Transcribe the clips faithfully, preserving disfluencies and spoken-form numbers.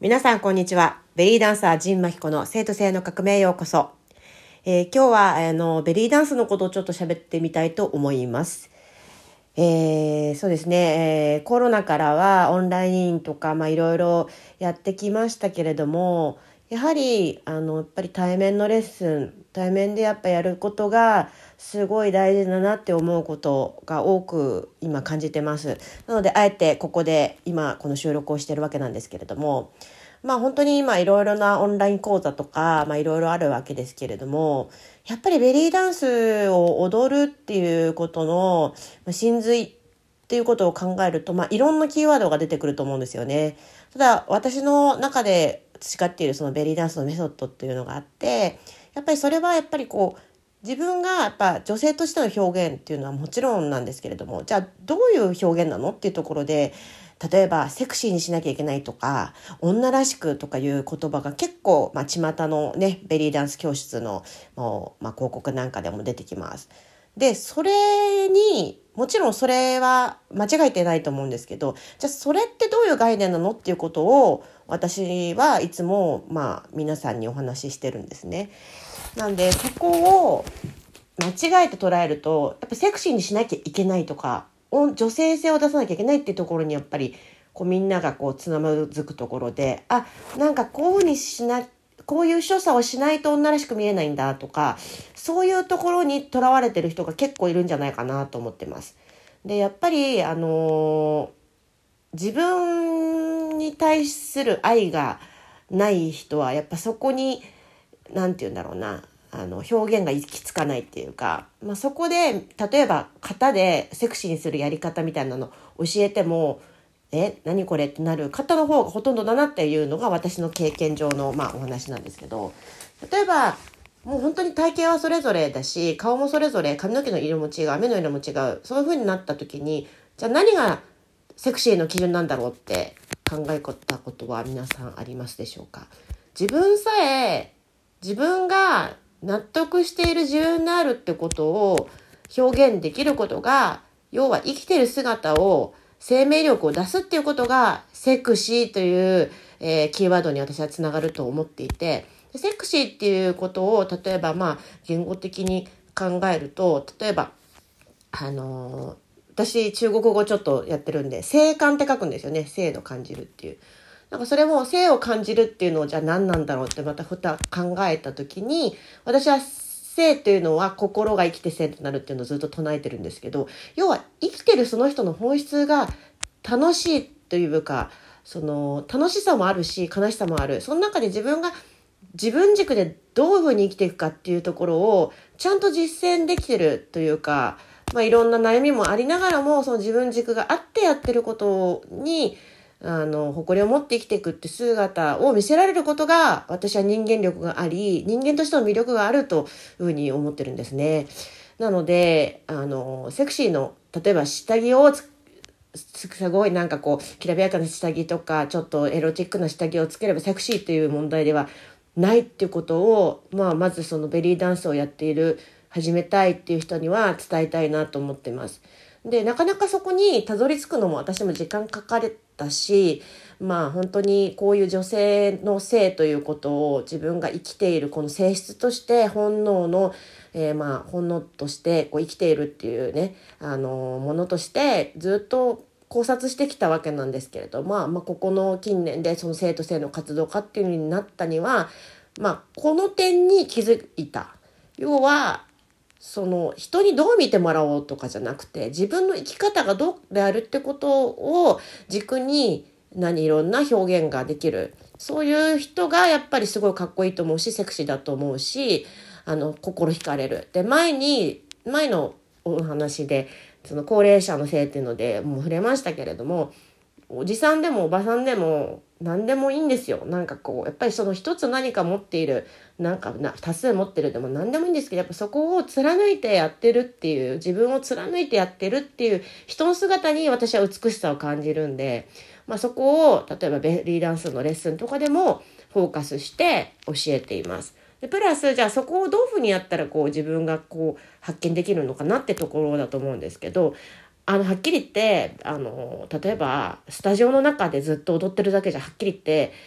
皆さんこんにちは。ベリーダンサー陣真彦の生と性の革命へようこそ。えー、今日はあのベリーダンスのことをちょっと喋ってみたいと思います。えー、そうですね、えー、コロナからはオンラインとかまあいろいろやってきましたけれども、やはりあのやっぱり対面のレッスン、対面でやっぱやることがすごい大事だなって思うことが多く今感じてます。なのであえてここで今この収録をしているわけなんですけれども、まあ本当に今いろいろなオンライン講座とかまあいろいろあるわけですけれども、やっぱりベリーダンスを踊るっていうことの真髄っていうことを考えると、まあいろんなキーワードが出てくると思うんですよね。ただ私の中で培っているそのベリーダンスのメソッドっていうのがあって、やっぱりそれはやっぱりこう自分がやっぱ女性としての表現っていうのはもちろんなんですけれども、じゃあどういう表現なのっていうところで、例えばセクシーにしなきゃいけないとか女らしくとかいう言葉が結構、まあ、巷のねベリーダンス教室のもう、まあ、広告なんかでも出てきます。でそれにもちろんそれは間違えてないと思うんですけど、じゃあそれってどういう概念なのっていうことを私はいつもまあ皆さんにお話ししてるんですね。なんでそこを間違えて捉えると、やっぱセクシーにしなきゃいけないとか女性性を出さなきゃいけないっていうところにやっぱりこうみんながこうつまずくところで、あ、なんかこういうふうにしなこういう所作をしないと女らしく見えないんだとか、そういうところにとらわれてる人が結構いるんじゃないかなと思ってます。でやっぱりあのー、自分に対する愛がない人はやっぱそこになんて言うんだろうな、あの表現が行き着かないっていうか、まあ、そこで例えば型でセクシーにするやり方みたいなの教えてもえ何これってなる方の方がほとんどだなっていうのが私の経験上の、まあ、お話なんですけど、例えばもう本当に体型はそれぞれだし、顔もそれぞれ、髪の毛の色も違う、目の色も違う、そういう風になった時にじゃあ何がセクシーの基準なんだろうって考えたことは皆さんありますでしょうか。自分さえ自分が納得している自分であるってことを表現できることが、要は生きている姿を生命力を出すっていうことがセクシーという、えー、キーワードに私はつながると思っていて、セクシーっていうことを例えばまあ言語的に考えると、例えばあのー、私中国語ちょっとやってるんで性感って書くんですよね。性の感じるっていう、なんかそれも性を感じるっていうのをじゃあ何なんだろうってまたふた考えた時に、私は性っていうのは心が生きて性となるっていうのをずっと唱えてるんですけど、要は生きてるその人の本質が楽しいというか、その楽しさもあるし悲しさもある、その中で自分が自分軸でどういうふうに生きていくかっていうところをちゃんと実践できてるというか、まあ、いろんな悩みもありながらもその自分軸があってやってることにあの誇りを持って生きていくって姿を見せられることが、私は人間力があり人間としての魅力があるというふうに思ってるんですね。なのであのセクシーの例えば下着をつすごいなんかこうきらびやかな下着とかちょっとエロチックな下着をつければセクシーっていう問題ではないっていうことを、まあ、まずそのベリーダンスをやっている始めたいっていう人には伝えたいなと思ってます。でなかなかそこにたどり着くのも私も時間かかったし、まあ本当にこういう女性の性ということを自分が生きているこの性質として本能の、えー、まあ本能としてこう生きているっていうね、あのものとしてずっと考察してきたわけなんですけれど、まあ、まあここの近年でその性と性の活動家っていう風になったには、まあこの点に気づいた。要はその人にどう見てもらおうとかじゃなくて、自分の生き方がどうであるってことを軸に何いろんな表現ができる、そういう人がやっぱりすごいかっこいいと思うしセクシーだと思うし、あの心惹かれる。で前に前のお話でその高齢者の性っていうのでもう触れましたけれども、おじさんでもおばさんでも何でもいいんですよ。なんかこうやっぱりその一つ何か持っている、なんかな多数持ってるでも何でもいいんですけど、やっぱそこを貫いてやってるっていう、自分を貫いてやってるっていう人の姿に私は美しさを感じるんで、まあ、そこを例えばベリーダンスのレッスンとかでもフォーカスして教えています。でプラスじゃあそこをどういうふうにやったらこう自分がこう発見できるのかなってところだと思うんですけど、あのはっきり言ってあの例えばスタジオの中でずっと踊ってるだけじゃはっきり言って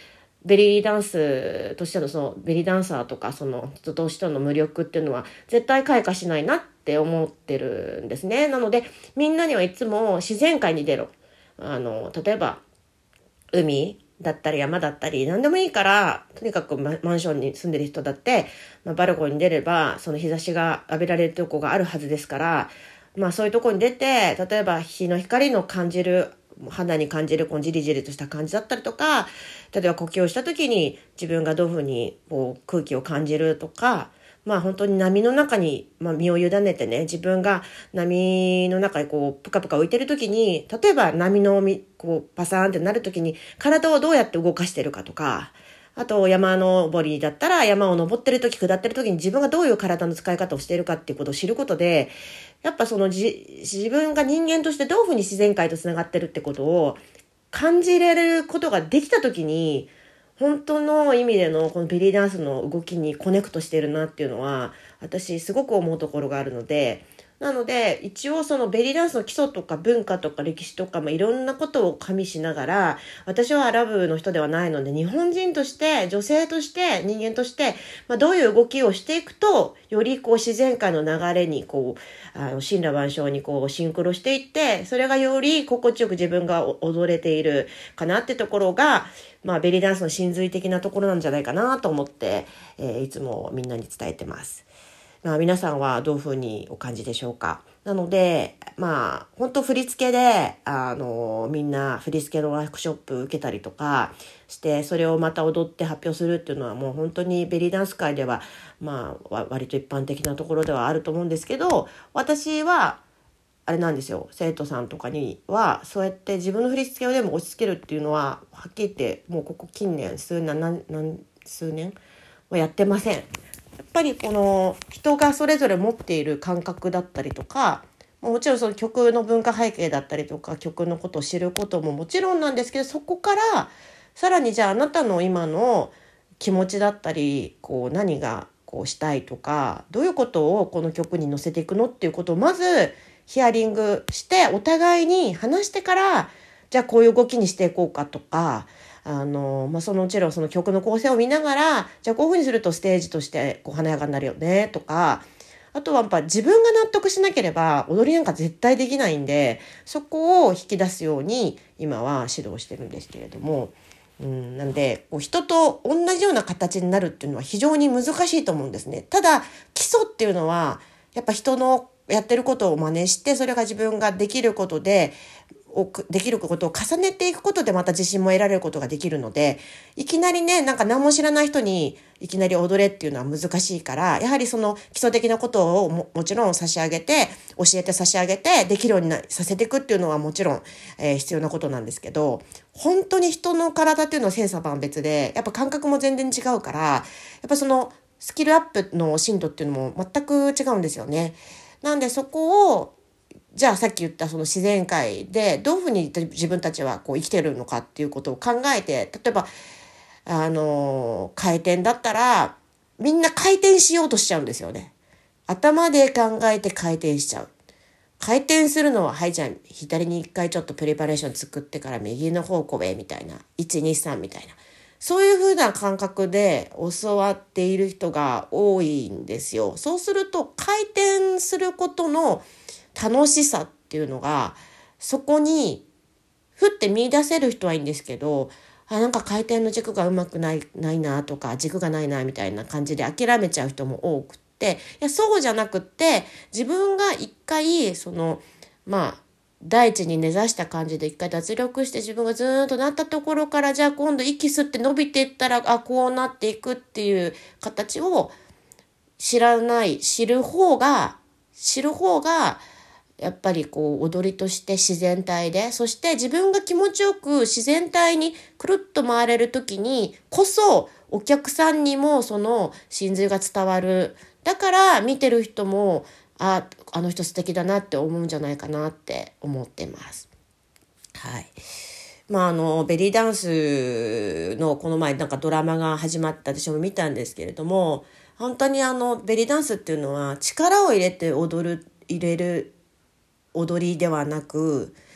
ベリーダンスとしてのそのベリーダンサーとかその人としての無力っていうのは絶対開花しないなって思ってるんですね。なのでみんなにはいつも自然界に出ろ。あの、例えば海だったり山だったり何でもいいから、とにかくマンションに住んでる人だって、まあ、バルコニーに出ればその日差しが浴びられるとこがあるはずですから、まあそういうとこに出て、例えば日の光の感じる、肌に感じるこのジリジリとした感じだったりとか、例えば呼吸をした時に自分がどういうふうにこう空気を感じるとか、まあ本当に波の中に、まあ、身を委ねてね、自分が波の中にこうプカプカ浮いてる時に、例えば波のこうパサーンってなる時に体をどうやって動かしてるかとか、あと山登りだったら山を登ってる時下ってる時に自分がどういう体の使い方をしているかっていうことを知ることで、やっぱそのじ自分が人間としてどういうふうに自然界とつながってるってことを感じれることができた時に、本当の意味でのこのベリーダンスの動きにコネクトしてるなっていうのは私すごく思うところがあるので、なので一応そのベリーダンスの基礎とか文化とか歴史とか、まあ、いろんなことを加味しながら、私はアラブの人ではないので、日本人として女性として人間として、まあ、どういう動きをしていくとよりこう自然界の流れにこうあの神羅万象にこうシンクロしていって、それがより心地よく自分が踊れているかなってところが、まあ、ベリーダンスの真髄的なところなんじゃないかなと思って、えー、いつもみんなに伝えてます。まあ、皆さんはどういうふうにお感じでしょうか。なので、まあ、本当振り付けで、あの、みんな振り付けのワークショップ受けたりとかして、それをまた踊って発表するっていうのはもう本当にベリーダンス界では、まあ、割と一般的なところではあると思うんですけど、私は、あれなんですよ、生徒さんとかにはそうやって自分の振り付けをでも押し付けるっていうのははっきり言ってもうここ近年数年何何数年はやってません。やっぱりこの人がそれぞれ持っている感覚だったりとか、もちろんその曲の文化背景だったりとか曲のことを知ることももちろんなんですけど、そこからさらにじゃああなたの今の気持ちだったり、こう何がこうしたいとか、どういうことをこの曲に乗せていくのっていうことをまずヒアリングしてお互いに話してから、じゃあこういう動きにしていこうかとか、あの、まあ、そのもちろんその曲の構成を見ながら、じゃあこういうふうにするとステージとしてこう華やかになるよねとか、あとはやっぱ自分が納得しなければ踊りなんか絶対できないんで、そこを引き出すように今は指導してるんですけれども、うん、なんでこう人と同じような形になるっていうのは非常に難しいと思うんですね。ただ基礎っていうのはやっぱ人のやってることを真似して、それが自分ができることでできることを重ねていくことでまた自信も得られることができるので、いきなりね、なんか何も知らない人にいきなり踊れっていうのは難しいから、やはりその基礎的なことを も, もちろん差し上げて教えて差し上げてできるようになさせていくっていうのはもちろん、えー、必要なことなんですけど、本当に人の体っていうのは千差万別で、やっぱ感覚も全然違うから、やっぱそのスキルアップの進度っていうのも全く違うんですよね。なんでそこをじゃあさっき言ったその自然界でどういうふうに自分たちはこう生きてるのかっていうことを考えて、例えばあの回転だったらみんな回転しようとしちゃうんですよね。頭で考えて回転しちゃう。回転するのははい、じゃあ左に一回ちょっとプレパレーション作ってから右の方向へみたいな、いちにさんみたいな、そういう風な感覚で教わっている人が多いんですよ。そうすると回転することの楽しさっていうのがそこにふって見出せる人はいいんですけど、あ、なんか回転の軸がうまくない、ないなとか軸がないなみたいな感じで諦めちゃう人も多くて、いやそうじゃなくって、自分が一回そのまあ大地に根ざした感じで一回脱力して自分がずーっとなったところから、じゃあ今度息吸って伸びていったら、あ、こうなっていくっていう形を知らない、知る方が知る方がやっぱりこう踊りとして自然体で、そして自分が気持ちよく自然体にくるっと回れる時にこそお客さんにもその真髄が伝わる。だから見てる人もあ、あの人素敵だなって思うんじゃないかなって思ってます。はい。まああのベリーダンスのこの前なんかドラマが始まった私も見たんですけれども、本当にあのベリーダンスっていうのは力を入れて踊る入れる踊りではなく、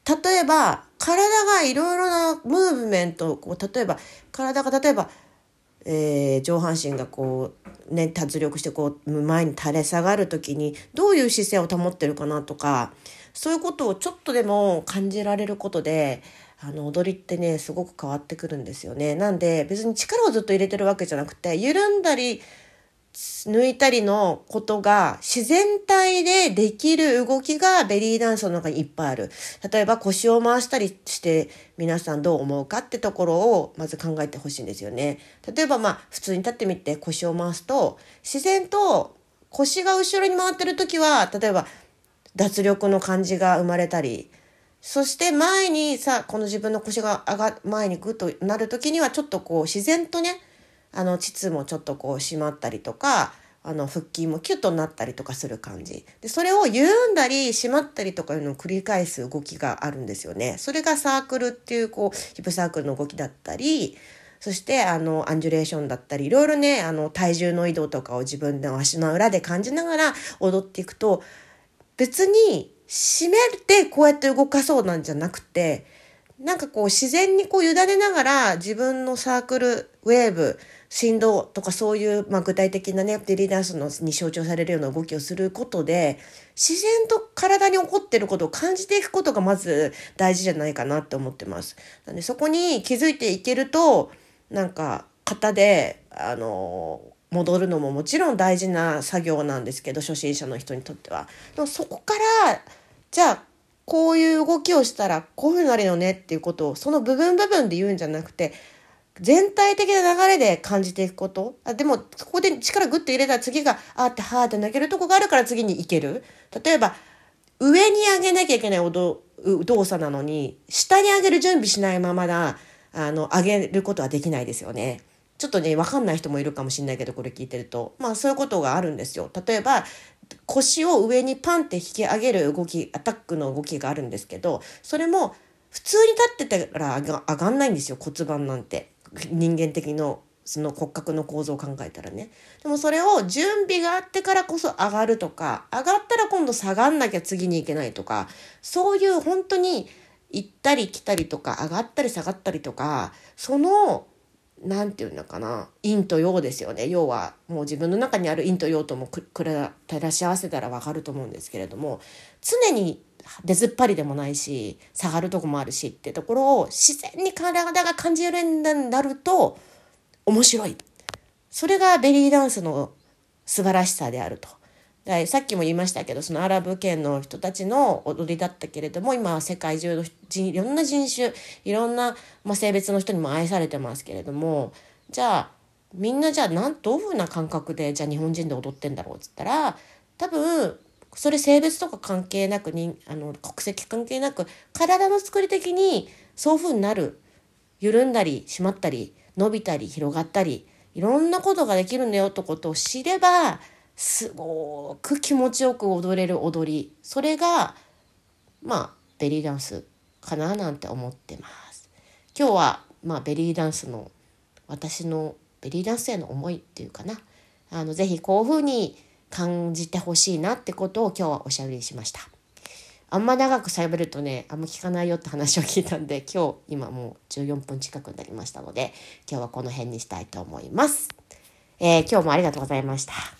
例えば体がいろいろなムーブメントをこう例えば体が例えば、えー、上半身がこうね脱力してこう前に垂れ下がる時にどういう姿勢を保ってるかなとか、そういうことをちょっとでも感じられることで、あの踊りってねすごく変わってくるんですよね。なんで別に力をずっと入れてるわけじゃなくて、緩んだり抜いたりのことが自然体でできる動きがベリーダンスの中にいっぱいある。例えば腰を回したりして皆さんどう思うかってところをまず考えてほしいんですよね。例えばまあ普通に立ってみて腰を回すと、自然と腰が後ろに回ってる時は例えば脱力の感じが生まれたり、そして前にさこの自分の腰が上が前にグッとなる時にはちょっとこう自然とね、あの膣もちょっとこう締まったりとか、あの腹筋もキュッとなったりとかする感じで、それを緩んだり締まったりとかいうのを繰り返す動きがあるんですよね。それがサークルっていうこうヒップサークルの動きだったり、そしてあのアンジュレーションだったり、いろいろねあの体重の移動とかを自分の足の裏で感じながら踊っていくと、別に締めてこうやって動かそうなんじゃなくて、なんかこう自然にこう委ねながら自分のサークルウェーブ振動とかそういう、まあ、具体的なねベリーダンスのに象徴されるような動きをすることで、自然と体に起こっていることを感じていくことがまず大事じゃないかなって思ってます。なんでそこに気づいていけると、なんか型であの戻るのももちろん大事な作業なんですけど、初心者の人にとっては。でもそこからじゃあこういう動きをしたらこういうふうになるよねっていうことをその部分部分で言うんじゃなくて、全体的な流れで感じていくこと。あでもここで力グッと入れたら次があーってはーって投げるとこがあるから次に行ける。例えば上に上げなきゃいけない動作なのに下に上げる準備しないままだあの上げることはできないですよね。ちょっとね分かんない人もいるかもしれないけど、これ聞いてるとまあそういうことがあるんですよ。例えば腰を上にパンって引き上げる動き、アタックの動きがあるんですけど、それも普通に立ってたら上がんないんですよ、骨盤なんて。人間的のその骨格の構造を考えたらね。でもそれを準備があってからこそ上がるとか、上がったら今度下がんなきゃ次に行けないとか、そういう本当に行ったり来たりとか上がったり下がったりとか、そのなんていうのかな、陰と陽ですよね。要はもう自分の中にある陰と陽ともくくら照らし合わせたらわかると思うんですけれども、常に出ずっぱりでもないし下がるとこもあるしってところを自然に体が感じるようになると面白い。それがベリーダンスの素晴らしさであると。さっきも言いましたけど、そのアラブ圏の人たちの踊りだったけれども、今は世界中のいろんな人種、いろんな、まあ、性別の人にも愛されてますけれども、じゃあみんなじゃあなんどういうふうな感覚でじゃあ日本人で踊ってんだろうっつったら、多分それ性別とか関係なくにあの国籍関係なく体の作り的にそういうふうになる。緩んだり締まったり伸びたり広がったりいろんなことができるんだよってことを知れば、すごく気持ちよく踊れる踊り、それがまあベリーダンスかななんて思ってます。今日はまあベリーダンスの私のベリーダンスへの思いっていうかな、あのぜひこういうふうに感じてほしいなってことを今日はおしゃべりしました。あんま長く喋るとねあんま聞かないよって話を聞いたんで、今日今もうじゅうよんぷん近くになりましたので、今日はこの辺にしたいと思います。えー、今日もありがとうございました。